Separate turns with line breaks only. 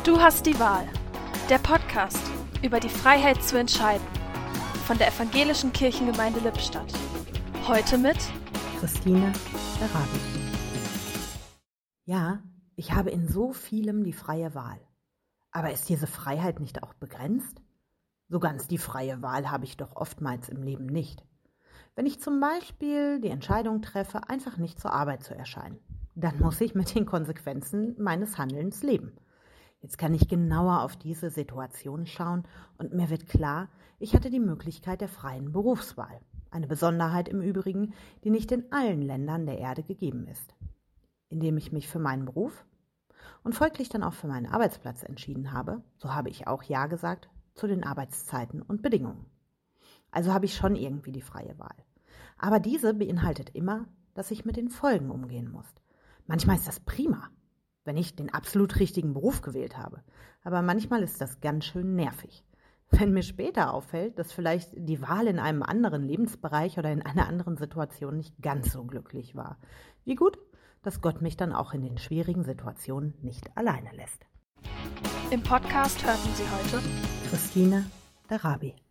Du hast die Wahl. Der Podcast über die Freiheit zu entscheiden. Von der Evangelischen Kirchengemeinde Lippstadt. Heute mit
Christine Arabi. Ja, ich habe in so vielem die freie Wahl. Aber ist diese Freiheit nicht auch begrenzt? So ganz die freie Wahl habe ich doch oftmals im Leben nicht. Wenn ich zum Beispiel die Entscheidung treffe, einfach nicht zur Arbeit zu erscheinen, dann muss ich mit den Konsequenzen meines Handelns leben. Jetzt kann ich genauer auf diese Situation schauen und mir wird klar, ich hatte die Möglichkeit der freien Berufswahl. Eine Besonderheit im Übrigen, die nicht in allen Ländern der Erde gegeben ist. Indem ich mich für meinen Beruf und folglich dann auch für meinen Arbeitsplatz entschieden habe, so habe ich auch Ja gesagt zu den Arbeitszeiten und Bedingungen. Also habe ich schon irgendwie die freie Wahl. Aber diese beinhaltet immer, dass ich mit den Folgen umgehen muss. Manchmal ist das prima, wenn ich den absolut richtigen Beruf gewählt habe. Aber manchmal ist das ganz schön nervig. Wenn mir später auffällt, dass vielleicht die Wahl in einem anderen Lebensbereich oder in einer anderen Situation nicht ganz so glücklich war. Wie gut, dass Gott mich dann auch in den schwierigen Situationen nicht alleine lässt.
im Podcast hörten Sie heute
Christine Arabi.